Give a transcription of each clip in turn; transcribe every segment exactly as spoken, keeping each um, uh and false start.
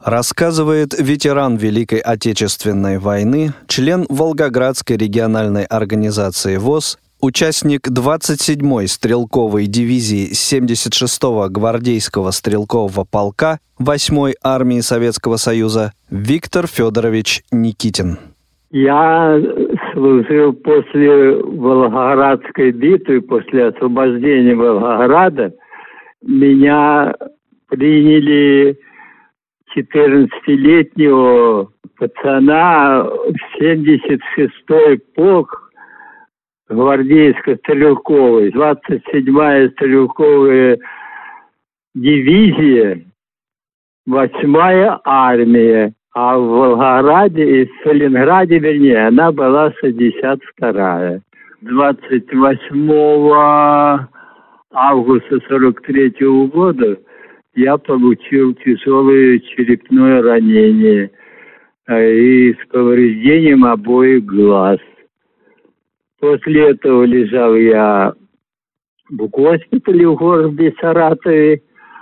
Рассказывает ветеран Великой Отечественной войны, член Волгоградской региональной организации ВОС, участник двадцать седьмой стрелковой дивизии семьдесят шестого гвардейского стрелкового полка восьмой армии Советского Союза Виктор Федорович Никитин. Я служил после Волгоградской битвы, после освобождения Волгограда. Меня приняли четырнадцатилетнего пацана в семьдесят шестой полк гвардейско-стрелковый, двадцать седьмая стрелковая дивизия, восьмая армия. А в Волгограде и в Сталинграде, вернее, она была шестьдесят вторая. двадцать восьмого августа сорок третьего года я получил тяжелое черепное ранение и с повреждением обоих глаз. После этого лежал я в госпитале в городе Саратове,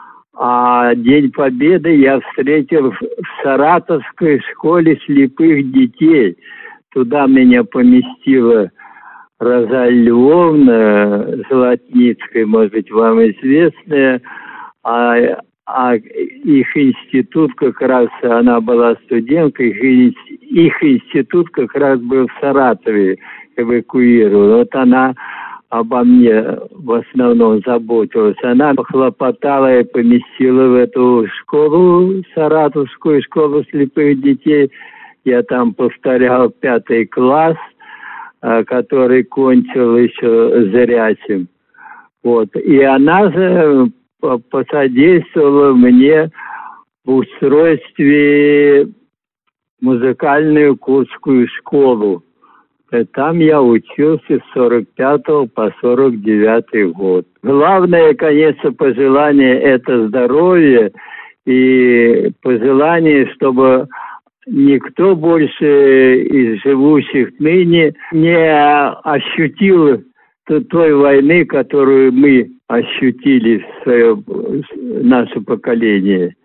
а День Победы я встретил в Саратовской школе слепых детей. Туда меня поместила Розалия Львовна Золотницкая, может быть, вам известная, а, а их институт как раз, она была студенткой, их, их институт как раз был в Саратове, эвакуирован. Вот она обо мне в основном заботилась. Она похлопотала и поместила в эту школу, Саратовскую школу слепых детей. Я там повторял пятый класс, который кончил еще зрячим. Вот. И она же посодействовала мне в устройстве в музыкальную курскую школу. Там я учился с сорок пятого по сорок девятый год. Главное, конечно, пожелание – это здоровье и пожелание, чтобы никто больше из живущих ныне не ощутил той войны, которую мы ощутили в свое, наше поколение.